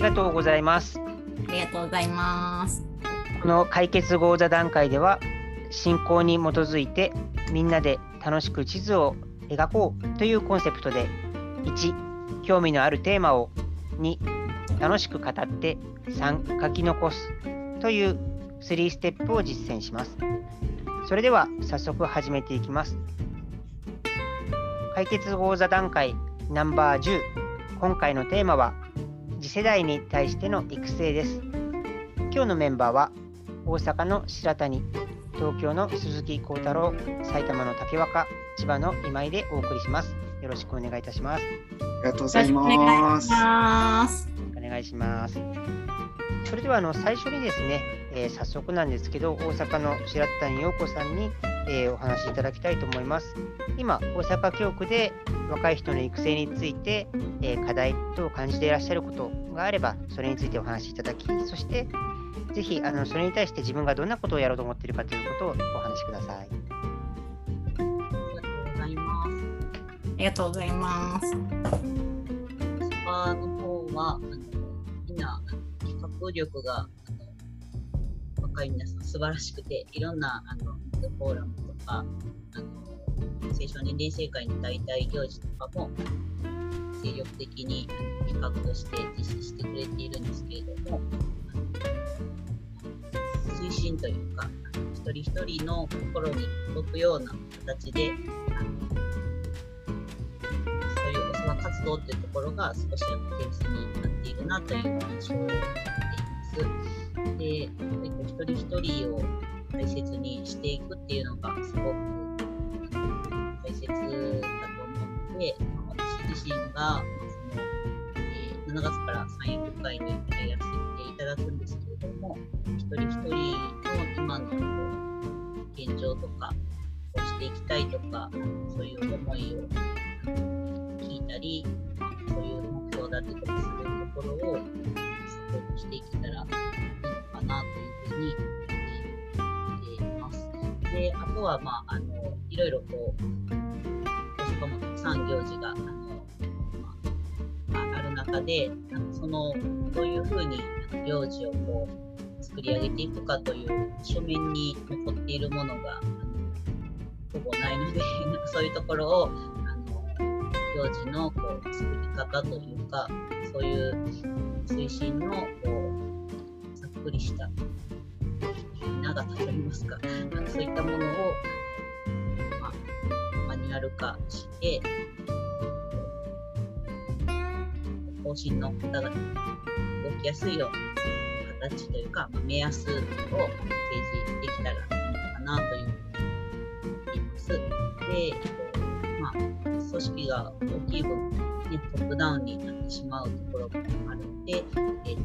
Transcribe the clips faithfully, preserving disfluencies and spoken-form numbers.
がとうございます。 ありがとうございます。 この解決講座段階では、信仰に基づいてみんなで楽しく地図を描こうというコンセプトで、いち、興味のあるテーマを、に、楽しく語って、さん、書き残すというさんステップを実践します。それでは早速始めていきます。解決講座段階ナンバーじゅう、今回のテーマは次世代に対しての育成です。今日のメンバーは大阪の白谷、東京の鈴木幸太郎、埼玉の竹若、千葉の今井でお送りします。よろしくお願いいたします。 ありがとうございます。 お願いします。 お願いします。それではあの最初にですね、えー、早速なんですけど、大阪の白谷陽子さんに、えー、お話しいただきたいと思います。今、大阪教区で若い人の育成について、えー、課題と感じていらっしゃることがあれば、それについてお話しいただき、そしてぜひあのそれに対して自分がどんなことをやろうと思っているかということをお話しください。 ありがとうございます。 ありがとうございます。スパの方はあのみんな企画力があの若い皆さん素晴らしくて、いろんなあのフォーラムとかあの青少年連成会の代替行事とかも精力的に企画として実施してくれているんですけれども、推進というか一人一人の心に届くような形で活動というところが少し点数になっているなという印象を持っています。で、一人一人を大切にしていくっていうのがすごく大切だと思うので、私自身がその、えー、しちがつから参与部会にやらせていただくんですけれども、一人一人の今の現状とかこうしていきたいとか、そういう思いをたり、そういう目標だったりするところをサポートしていけたらいいのかなというふうに思っています。で、あとは、まあ、あのいろいろこう大阪もたくさん行事があの、まあ、ある中で、そのどういうふうに行事をこう作り上げていくかという書面に残っているものがあのほぼないのでそういうところを行事のこう作り方というか、そういう推進のこうざっくりした長さといいますか、そういったものを、まあ、マニュアル化して方針の方が動きやすいような形というか、まあ、目安を提示できたらいいのかなというふうに思っています。で、えっとまあ組織が大きい分、ね、トップダウンになってしまうところもあるので、えーとえ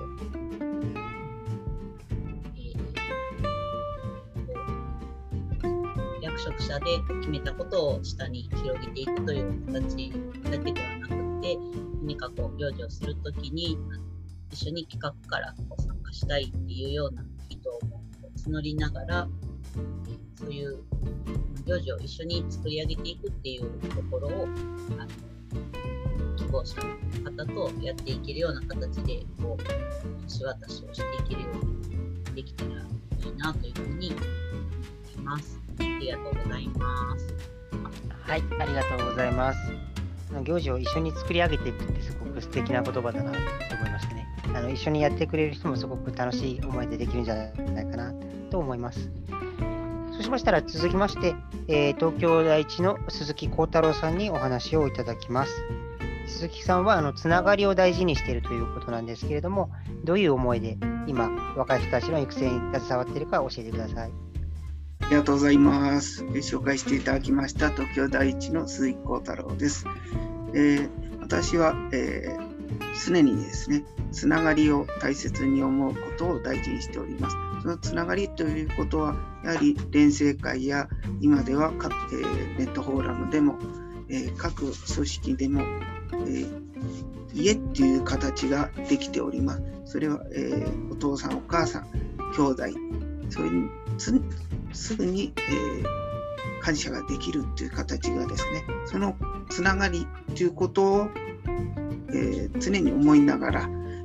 ー、役職者で決めたことを下に広げていくという形だけではなくて、何かこう行事をするときに一緒に企画からこう参加したいっていうような人を募りながら、そういう行事を一緒に作り上げていくっていうところをあの希望者の方とやっていけるような形でこう橋渡しをしていけるようにできたらいいなというふうに思っています。ありがとうございます。 はい、ありがとうございます。行事を一緒に作り上げていくってすごく素敵な言葉だなと思いましてね、あの一緒にやってくれる人もすごく楽しい思いでできるんじゃないかなと思います。そうしましたら続きまして、えー、東京第一の鈴木幸太郎さんにお話をいただきます。鈴木さんはあのつながりを大事にしているということなんですけれども、どういう思いで今若い人たちの育成に携わっているか教えてください。 ありがとうございます。紹介していただきました東京第一の鈴木幸太郎です。えー、私は、えー、常にですね、つながりを大切に思うことを大事にしております。そのつながりということは、やはり連成会や今では各、えー、ネットフォーラムでも、えー、各組織でも、えー、家っていう形ができております。それは、えー、お父さんお母さん兄弟、それにつすぐに、えー、感謝ができるっていう形がですね、そのつながりということを、えー、常に思いながら、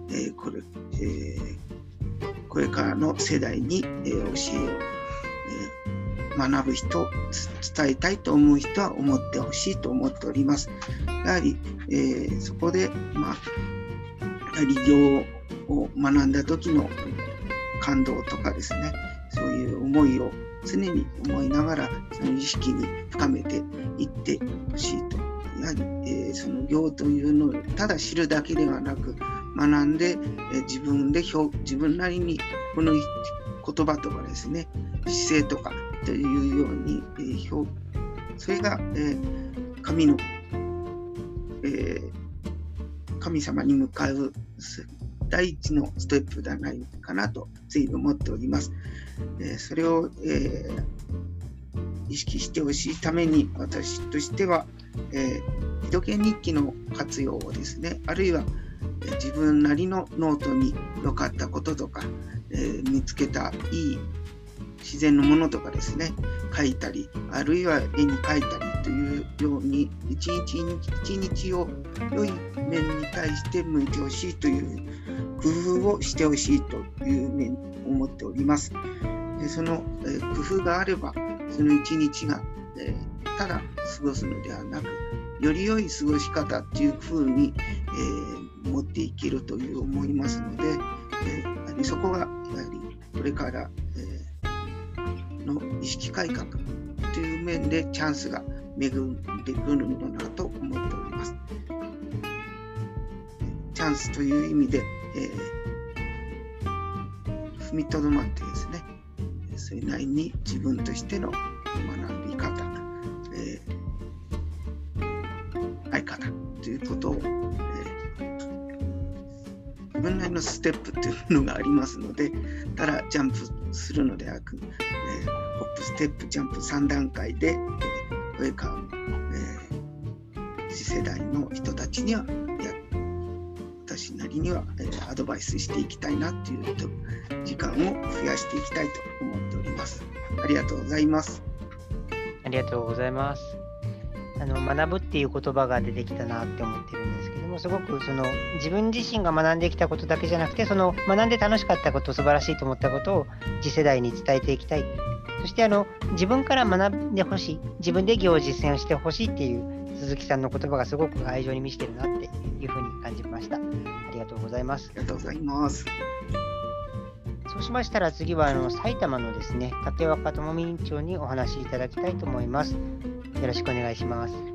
えー、これ、えー、これからの世代に、えー、教えを、えー、学ぶ人、伝えたいと思う人は思ってほしいと思っております。やはり、えー、そこで、まあ、理業を学んだ時の感動とかですね、そういう思いを常に思いながら、その意識に深めていってほしいと。やはり、えー、その行というのをただ知るだけではなく、学んで、えー、自分で表自分なりにこの言葉とかですね、姿勢とかというように、えー、表それが、えー、神の、えー、神様に向かう第一のステップではないかなとつい思っております。えー、それを、えー、意識してほしいために、私としては、えー、人間日記の活用をですね、あるいは、えー、自分なりのノートに良かったこととか、えー、見つけたいい自然のものとかですね、書いたり、あるいは絵に描いたりというように、一日一日を良い面に対して向いてほしいという工夫をしてほしいという面を思っております。でその、えー、工夫があれば、その一日が、えー、ただ過ごすのではなく、より良い過ごし方というふうに、えー、持っていけるという思いますので、えー、やはりそこがやはりこれから、えー、の意識改革という面でチャンスが巡ってくるのだなと思っております。チャンスという意味で、えー、踏みとどまってですね、それなりに自分としての学び方、えー、在り方ということを、えー、自分なりのステップというのがありますので、ただジャンプするのではなく、えー、ホップステップジャンプさん段階で、えー、これから、えー、次世代の人たちにはや私なりには、えー、アドバイスしていきたいなという時間を増やしていきたいと思っております。ありがとうございます。 ありがとうございます。あの学ぶっていう言葉が出てきたなって思ってるんですけども、すごくその自分自身が学んできたことだけじゃなくて、その学んで楽しかったこと、素晴らしいと思ったことを次世代に伝えていきたい。そしてあの自分から学んでほしい、自分で行を実践をしてほしいっていう鈴木さんの言葉がすごく愛情に満ちてるなっていうふうに感じました。ありがとうございます。 ありがとうございます。 そうしましたら次はあの埼玉のですね、立若智美院長にお話しいただきたいと思います。よろしくお願いします。 はい、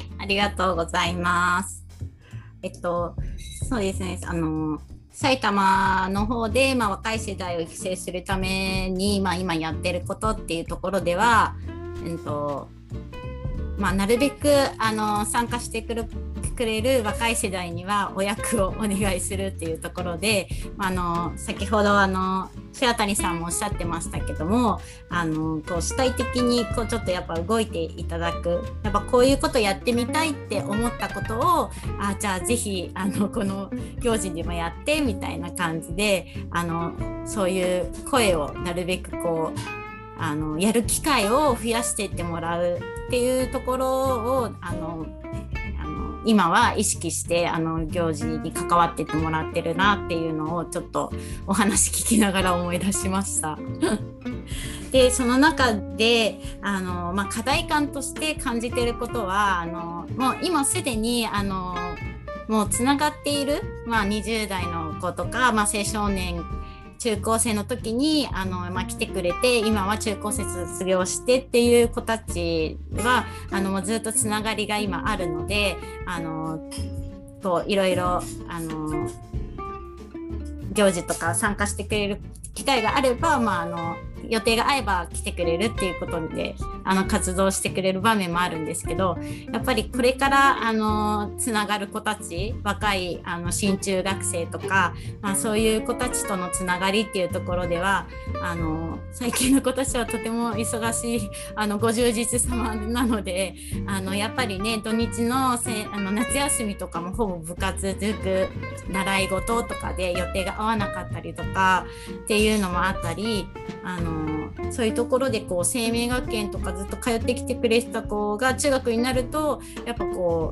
ありがとうございます。えっと、そうですね、あの埼玉の方で、まあ、若い世代を育成するために、まあ、今やってることっていうところでは、えっとまあ、なるべくあの参加してくるくれる若い世代にはお役をお願いするっていうところで、あの先ほどあの白谷さんもおっしゃってましたけども、あのこう主体的にこうちょっとやっぱ動いていただく、やっぱこういうことやってみたいって思ったことを、あじゃあぜひあのこの行事にもやってみたいな感じで、あのそういう声をなるべくこうあのやる機会を増やしていってもらうっていうところをあの今は意識してあの行事に関わっていってもらってるなっていうのをちょっとお話聞きながら思い出しましたでその中であの、まあ、課題感として感じていることはあのもう今すでにあのもうつながっている、まあ、にじゅう代の子とか、まあ、青少年中高生の時にあの、まあ、来てくれて今は中高生卒業してっていう子たちはあのもうずっとつながりが今あるのであのこういろいろあの行事とか参加してくれる機会があれば、まあ、あの予定が合えば来てくれるっていうことであの活動してくれる場面もあるんですけど、やっぱりこれからあのつながる子たち、若いあの新中学生とか、まあ、そういう子たちとのつながりっていうところではあの最近の子たちはとても忙しいあのご充実様なので、あのやっぱりね土日のせあの夏休みとかもほぼ部活塾習い事とかで予定が合わなかったりとかっていうのもあったり、あのそういうところでこう生命学園とかずっと通ってきてくれてた子が中学になるとやっぱこう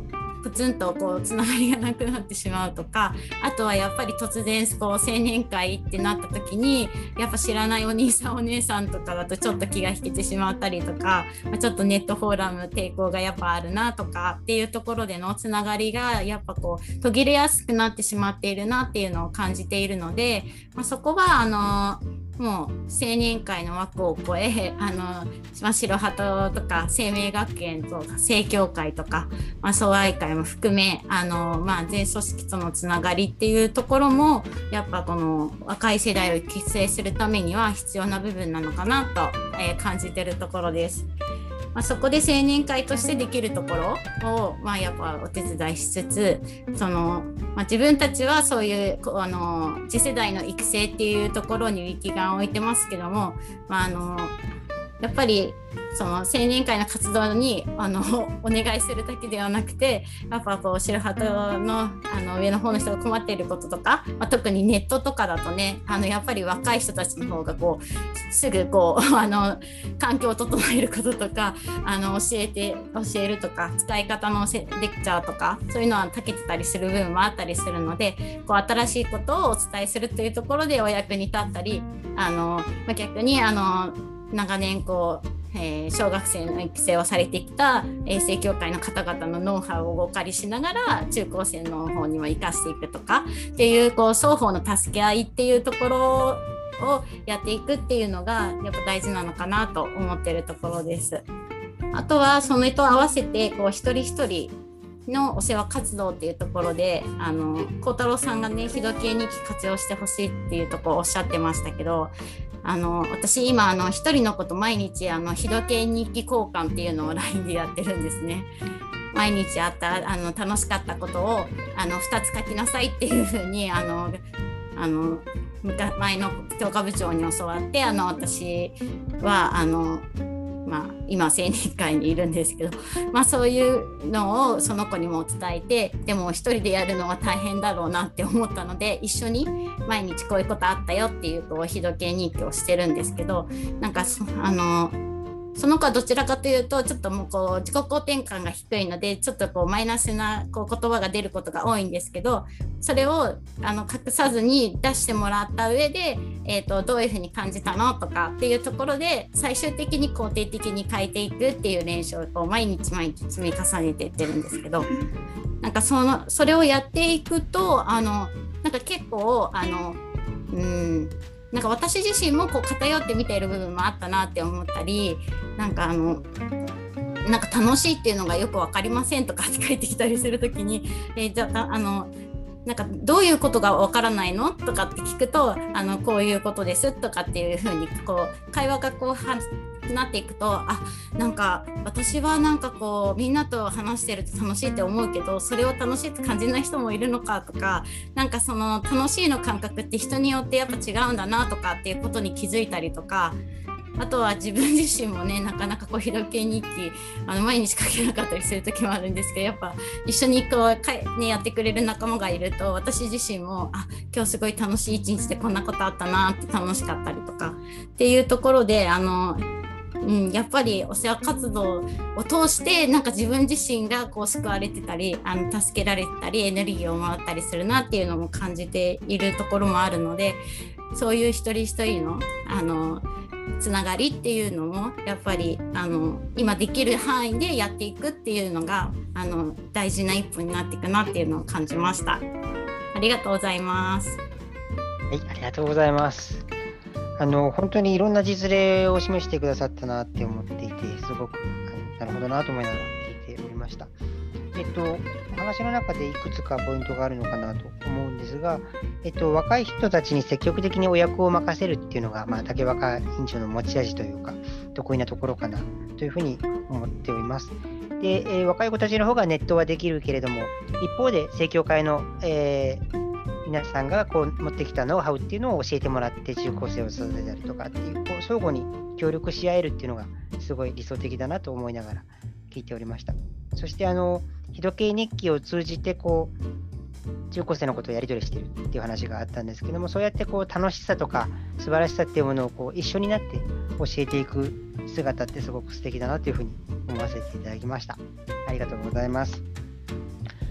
プツンとこうつながりがなくなってしまうとか、あとはやっぱり突然こう青年会ってなった時にやっぱ知らないお兄さんお姉さんとかだとちょっと気が引けてしまったりとか、まあ、ちょっとネットフォーラム抵抗がやっぱあるなとかっていうところでのつながりがやっぱこう途切れやすくなってしまっているなっていうのを感じているので、まあ、そこはあのもう青年会の枠を超え、あの、まあ、白鳩とか生命学園とか正教会とか、まあ、総愛会も含めあの、まあ、全組織とのつながりっていうところもやっぱこの若い世代を結成するためには必要な部分なのかなと、えー、感じてるところです。まあ、そこで青年会としてできるところを、まあ、やっぱお手伝いしつつ、その、まあ、自分たちはそういうあの次世代の育成っていうところに力眼を置いてますけども、まあ、あのやっぱりその青年会の活動にあのお願いするだけではなくて、やっぱこう白鳩 の, あの上の方の人が困っていることとか、まあ、特にネットとかだとね、あのやっぱり若い人たちの方がこうすぐこうあの環境を整えることとかあの教えて教えるとか使い方のレクチャーとかそういうのは長けてたりする部分もあったりするので、こう新しいことをお伝えするというところでお役に立ったり、あの、まあ、逆にあの長年こうえー、小学生の育成をされてきた正教会の方々のノウハウをお借りしながら中高生の方にも生かしていくとかっていう、こう双方の助け合いっていうところをやっていくっていうのがやっぱ大事なのかなと思ってるところです。あとはそれと合わせてこう一人一人のお世話活動っていうところで、あの幸太郎さんがね日時計日記活用してほしいっていうところをおっしゃってましたけど、あの私今あの一人のこと毎日あの日時計日記交換っていうのを ライン でやってるんですね。毎日あったあの楽しかったことをあのふたつ書きなさいっていうふうにあのあの前の教科部長に教わって、あの私はあのまあ、今青年会にいるんですけど、まあ、そういうのをその子にも伝えて、でも一人でやるのは大変だろうなって思ったので、一緒に毎日こういうことあったよっていうこう日時計日記をしてるんですけど、なんかあのその子はどちらかというとちょっともうこう自己肯定感が低いのでちょっとこうマイナスなこう言葉が出ることが多いんですけど、それをあの隠さずに出してもらった上で、えーと、どういうふうに感じたのとかっていうところで最終的に肯定的に変えていくっていう練習をこう毎日毎日積み重ねていってるんですけど、なんかそのそれをやっていくとあのなんか結構あのうんなんか私自身もこう偏って見ている部分もあったなって思ったり、なんかあのなんか楽しいっていうのがよく分かりませんとかって書いてきたりするときに、えー、じゃあ、あのなんかどういうことが分からないのとかって聞くと、あのこういうことですとかっていう風にこう会話がこうはなっていくと、あなんか私はなんかこうみんなと話してると楽しいって思うけどそれを楽しいって感じない人もいるのかとか、なんかその楽しいの感覚って人によってやっぱ違うんだなとかっていうことに気づいたりとか、あとは自分自身もねなかなかこう日時計日記あの毎日書けなかったりする時もあるんですけど、やっぱ一緒にこうか、ね、やってくれる仲間がいると私自身もあ今日すごい楽しい一日でこんなことあったなって楽しかったりとかっていうところであのうん、やっぱりお世話活動を通してなんか自分自身がこう救われてたりあの助けられてたりエネルギーをもらったりするなっていうのも感じているところもあるので、そういう一人一人のあのつながりっていうのもやっぱりあの今できる範囲でやっていくっていうのがあの大事な一歩になっていくなっていうのを感じました。ありがとうございます。 はい、ありがとうございます。あの本当にいろんな実例を示してくださったなって思っていて、すごくなるほどなと思いながら聞いておりました。えっと、お話の中でいくつかポイントがあるのかなと思うんですが、えっと、若い人たちに積極的にお役を任せるっていうのが、まあ、竹若院長の持ち味というか、得意なところかなというふうに思っております。で、えー、若い子たちの方がネットはできるけれども、一方で正教会の、えー皆さんがこう持ってきたノウハウっていうのを教えてもらって中高生を育てたりとかっていう、こう相互に協力し合えるっていうのがすごい理想的だなと思いながら聞いておりました。そしてあの日時計日記を通じてこう中高生のことをやり取りしているっていう話があったんですけども、そうやってこう楽しさとか素晴らしさっていうものをこう一緒になって教えていく姿ってすごく素敵だなというふうに思わせていただきました。ありがとうございます。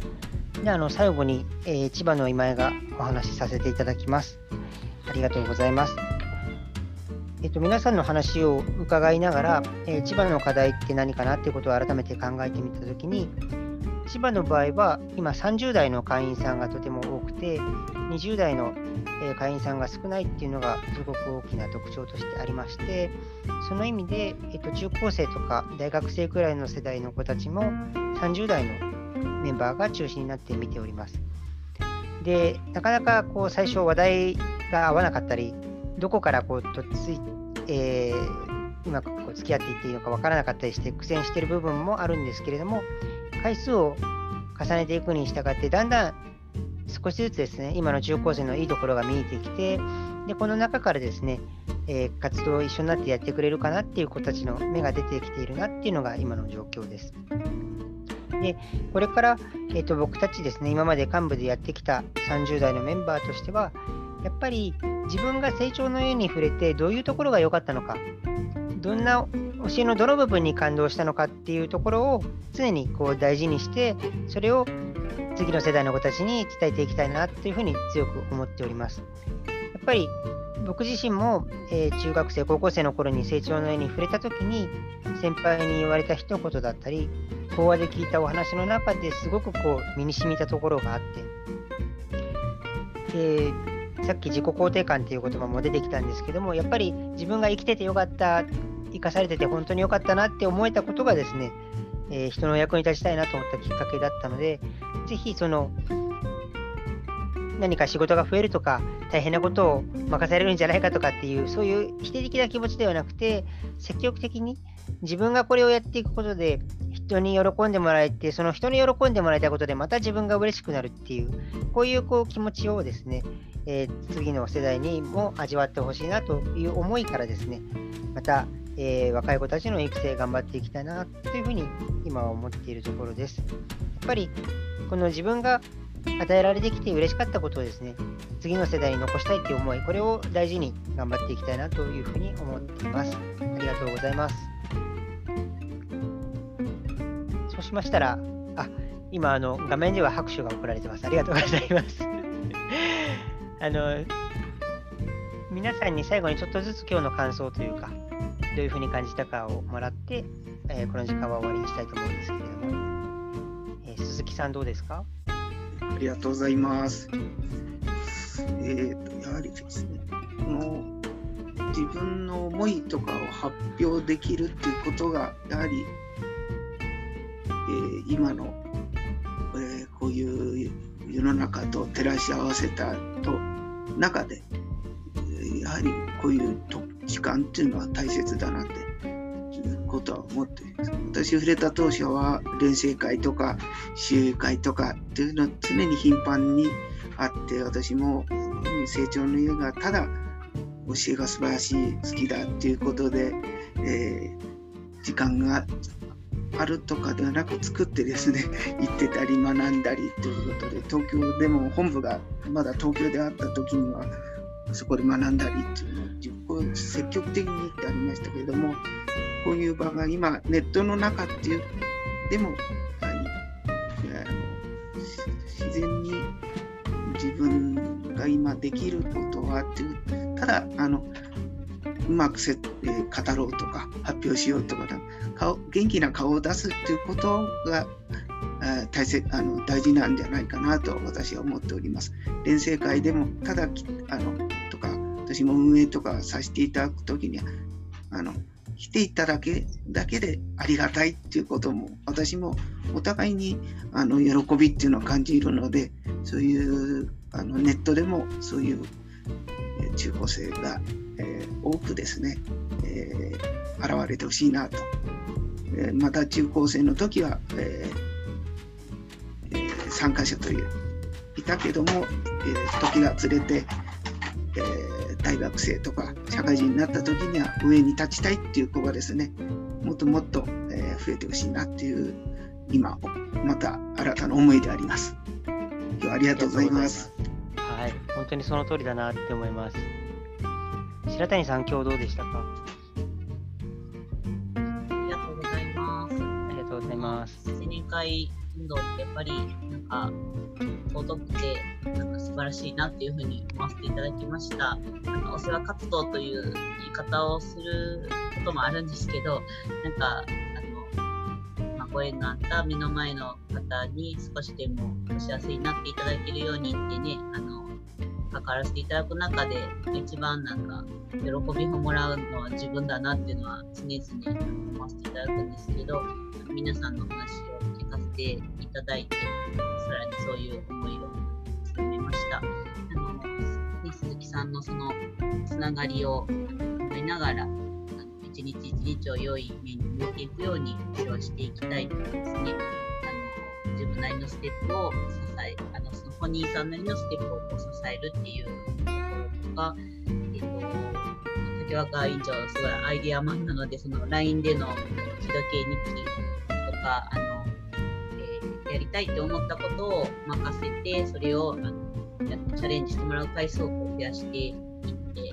で、あの最後に、えー千葉の今井がお話しさせていただきます。ありがとうございます。えっと、皆さんの話を伺いながら、えー千葉の課題って何かなっていうことを改めて考えてみたときに、千葉の場合は今さんじゅう代の会員さんがとても多くて、にじゅう代のえー会員さんが少ないっていうのがすごく大きな特徴としてありまして、その意味で、えっと、中高生とか大学生くらいの世代の子たちもさんじゅう代のメンバーが中心になって見ております。で、なかなかこう最初話題が合わなかったり、どこからこうとっつい、えーうまくこう付き合っていっていいのかわからなかったりして苦戦している部分もあるんですけれども、回数を重ねていくに従ってだんだん少しずつですね、今の中高生のいいところが見えてきて、でこの中からですね、えー活動を一緒になってやってくれるかなっていう子たちの芽が出てきているなっていうのが今の状況です。で、これから、えーと僕たちですね、今まで幹部でやってきたさんじゅう代のメンバーとしては、やっぱり自分が成長の絵に触れてどういうところが良かったのか、どんな教えのどの部分に感動したのかっていうところを常にこう大事にして、それを次の世代の子たちに伝えていきたいなというふうに強く思っております。やっぱり僕自身も、えー中学生、高校生の頃に成長の絵に触れたときに、先輩に言われた一言だったり、講話で聞いたお話の中ですごくこう身に染みたところがあって、でさっき自己肯定感っていう言葉も出てきたんですけども、やっぱり自分が生きててよかった、生かされてて本当によかったなって思えたことがですね、えー人の役に立ちたいなと思ったきっかけだったので、ぜひその何か仕事が増えるとか大変なことを任されるんじゃないかとかっていう、そういう否定的な気持ちではなくて、積極的に自分がこれをやっていくことで人に喜んでもらえて、その人に喜んでもらえたことでまた自分が嬉しくなるっていう、こういうこう気持ちをですね、えー次の世代にも味わってほしいなという思いからですね、また、えー若い子たちの育成頑張っていきたいなというふうに今は思っているところです。やっぱりこの自分が与えられてきて嬉しかったことをですね、次の世代に残したいという思い、これを大事に頑張っていきたいなというふうに思っています。ありがとうございます。そうしましたら、あ、今あの画面では拍手が送られてます。ありがとうございます。あの皆さんに最後にちょっとずつ今日の感想というか、どういうふうに感じたかをもらって、えーこの時間は終わりにしたいと思うんですけれども、えー鈴木さんどうですか？ ありがとうございます。えーと、やはりですね、この自分の思いとかを発表できるっていうことが、やはり、えー今の、えーこういう世の中と照らし合わせたと中で、えーやはりこういうと時間っていうのは大切だなっていうことは思っています。私触れた当初は練成会とか集会とかっていうのは常に頻繁にあって、私も成長の家がただ教えが素晴らしい、好きだっていうことで、えー時間があるとかではなく作ってですね、行ってたり学んだりということで、東京でも本部がまだ東京であった時にはそこで学んだりっていうのを自己積極的にってありましたけれども、こういう場が今ネットの中っていうでも、はい、あの自然に自分が今できることはっていう、ただあのうまくせ、えー語ろうとか発表しようとか、顔元気な顔を出すっていうことがあ大切あの大事なんじゃないかなと私は思っております。練成会でもただきあのとか、私も運営とかさせていただくときにはあの来ていただけだけでありがたいっていうことも、私もお互いにあの喜びっていうのを感じるので、そういうあのネットでもそういうえー中高生が、えー多くですね、えー現れてほしいなと。えーまた中高生の時は、えーえー参加者といういたけども、えー時がずれて、えー大学生とか社会人になった時には上に立ちたいっていう子がですね、もっともっと、えー増えてほしいなっていう今また新たな思いであります。今日はありがとうございます。 はい、本当にその通りだなって思います。白谷さん、今日どうでしたか？ ありがとうございます。 ありがとうございます。 青年会運動ってやっぱりなんか尊くてなんか素晴らしいなっていうふうに思わせていただきました。なんかお世話活動という言い方をすることもあるんですけど、なんかあの、まあ、ご縁があった目の前の方に少しでもお幸せになっていただけるようにってね、あの関わらせていただく中で一番なんか喜びをもらうのは自分だなっていうのは常々思わせていただくんですけど、皆さんの話を聞かせていただいて、さらにそういう思いを強めました。あの、ね、鈴木さんのそのつながりを思いながら、あの一日一日を良い面に向いていくようにお世話していきたいとかですね、あの自分なりのステップを支え、あのその本人さんなりのステップをこう支えるっていうところとか、えっと、竹若委員長はすごいアイディアマンなので、その ライン での日時計日記とか、あの、えー、やりたいって思ったことを任せて、それをあのチャレンジしてもらう回数をこう増やしていって、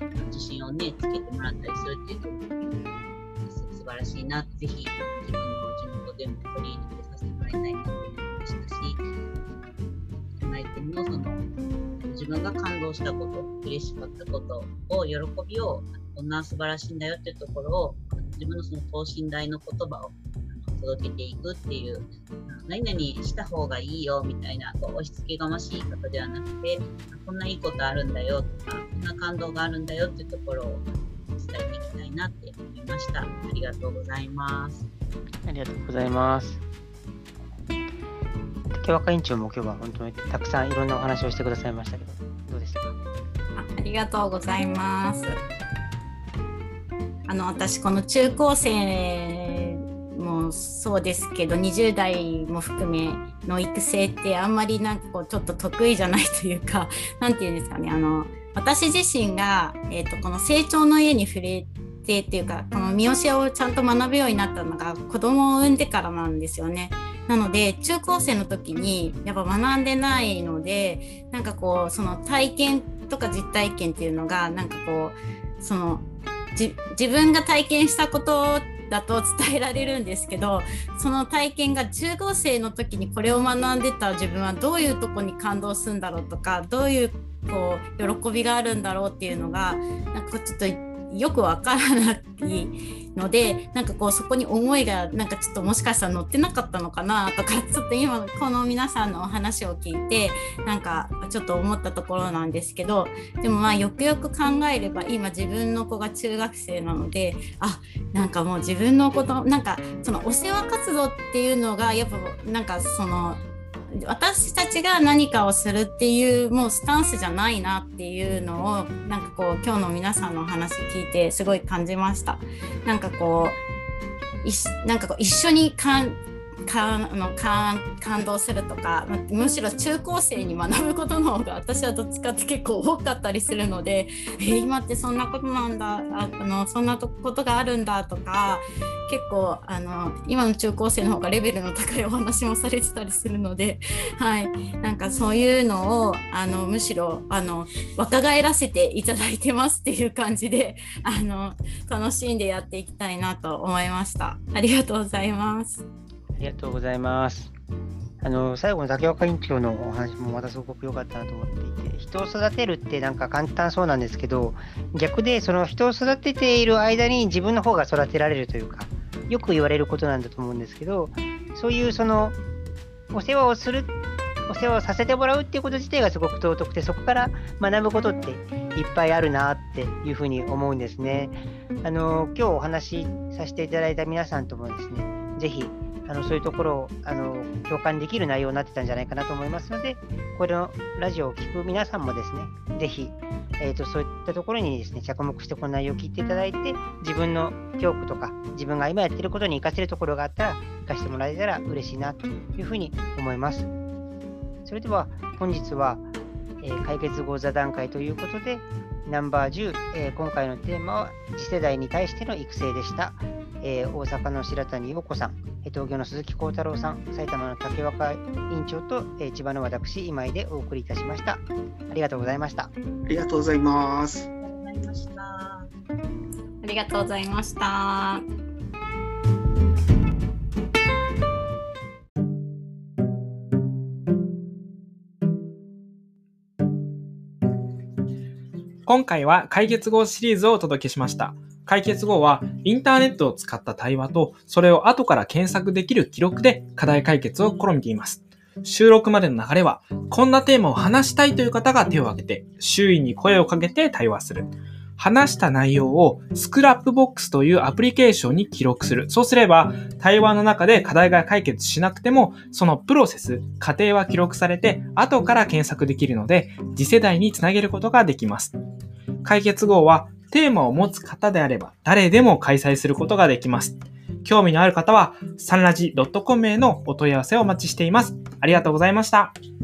自信をね、つけてもらったりするっていうところが素晴らしいな。ぜひ自分の地元でも取り入れさせてもらいたいなと思いましたし、相手のその自分が感動したこと、嬉しかったことを、喜びをこんな素晴らしいんだよっていうところを、自分のその等身大の言葉を届けていくっていう、何々した方がいいよみたいなこう押し付けがましい方ではなくて、こんないいことあるんだよとか、こんな感動があるんだよっていうところを伝えていきたいなって思いました。ありがとうございます。 ありがとうございます。竹若委員長も今日は本当にたくさんいろんなお話をしてくださいましたけど、どうでしたか？ あ、ありがとうございます。あの私この中高生もそうですけどにじゅう代も含めの育成ってあんまりなんかこうちょっと得意じゃないというか、なんていうんですかね、あの私自身が、えーと、この成長の家に触れてっていうか、この三好をちゃんと学ぶようになったのが子供を産んでからなんですよね。なので中高生の時にやっぱ学んでないので、なんかこうその体験とか実体験っていうのがなんかこうそのじ自分が体験したことだと伝えられるんですけど、その体験が中高生の時にこれを学んでた自分はどういうとこに感動するんだろうとか、どういうこう喜びがあるんだろうっていうのがなんかちょっとよくわからないので、なんかこうそこに思いがなんかちょっともしかしたら乗ってなかったのかなとか、ちょっと今この皆さんのお話を聞いてなんかちょっと思ったところなんですけど、でもまあよくよく考えれば今自分の子が中学生なので、あ、なんかもう自分のことなんかそのお世話活動っていうのがやっぱなんかその私たちが何かをするっていうもうスタンスじゃないなっていうのをなんかこう今日の皆さんのお話聞いてすごい感じました。なんかこういなんかこう一緒にかんかあの感感動するとか、むしろ中高生に学ぶことの方が私はどっちかって結構多かったりするので、えー、今ってそんなことなんだ、ああのそんなことがあるんだとか、結構あの今の中高生の方がレベルの高いお話もされてたりするので、はい、なんかそういうのをあのむしろあの若返らせていただいてますっていう感じであの楽しんでやっていきたいなと思いました。ありがとうございます。 ありがとうございます。あの最後の竹岡委員長のお話もまたすごく良かったなと思っていて、人を育てるってなんか簡単そうなんですけど、逆でその人を育てている間に自分の方が育てられるというか、よく言われることなんだと思うんですけど、そういうそのお世話をする、お世話をさせてもらうっていうこと自体がすごく尊くて、そこから学ぶことっていっぱいあるなっていうふうに思うんですね。あの今日お話しさせていただいた皆さんともですね、ぜひあのそういうところをあの共感できる内容になってたんじゃないかなと思いますので、これのラジオを聞く皆さんもですね、ぜひ、えーと、そういったところにですね、着目してこの内容を聞いていただいて、自分の教区とか自分が今やっていることに活かせるところがあったら活かしてもらえたら嬉しいなというふうに思います。それでは本日は、えー、解決後座談会ということでナンバーじゅう、えー、今回のテーマは次世代に対しての育成でした。えー、大阪の白谷陽子さん、東京の鈴木幸太郎さん、埼玉の竹若委員長と、えー、千葉の私今井でお送りいたしました。ありがとうございました。 ありがとうございます。 ありがとうございました。 ありがとうございました。 今回は解決号シリーズをお届けしました。解決号はインターネットを使った対話と、それを後から検索できる記録で課題解決を試みています。収録までの流れは、こんなテーマを話したいという方が手を挙げて、周囲に声をかけて対話する。話した内容をスクラップボックスというアプリケーションに記録する。そうすれば、対話の中で課題が解決しなくても、そのプロセス、過程は記録されて、後から検索できるので、次世代につなげることができます。解決号は、テーマを持つ方であれば、誰でも開催することができます。興味のある方は、サンラジドットコムへのお問い合わせをお待ちしています。ありがとうございました。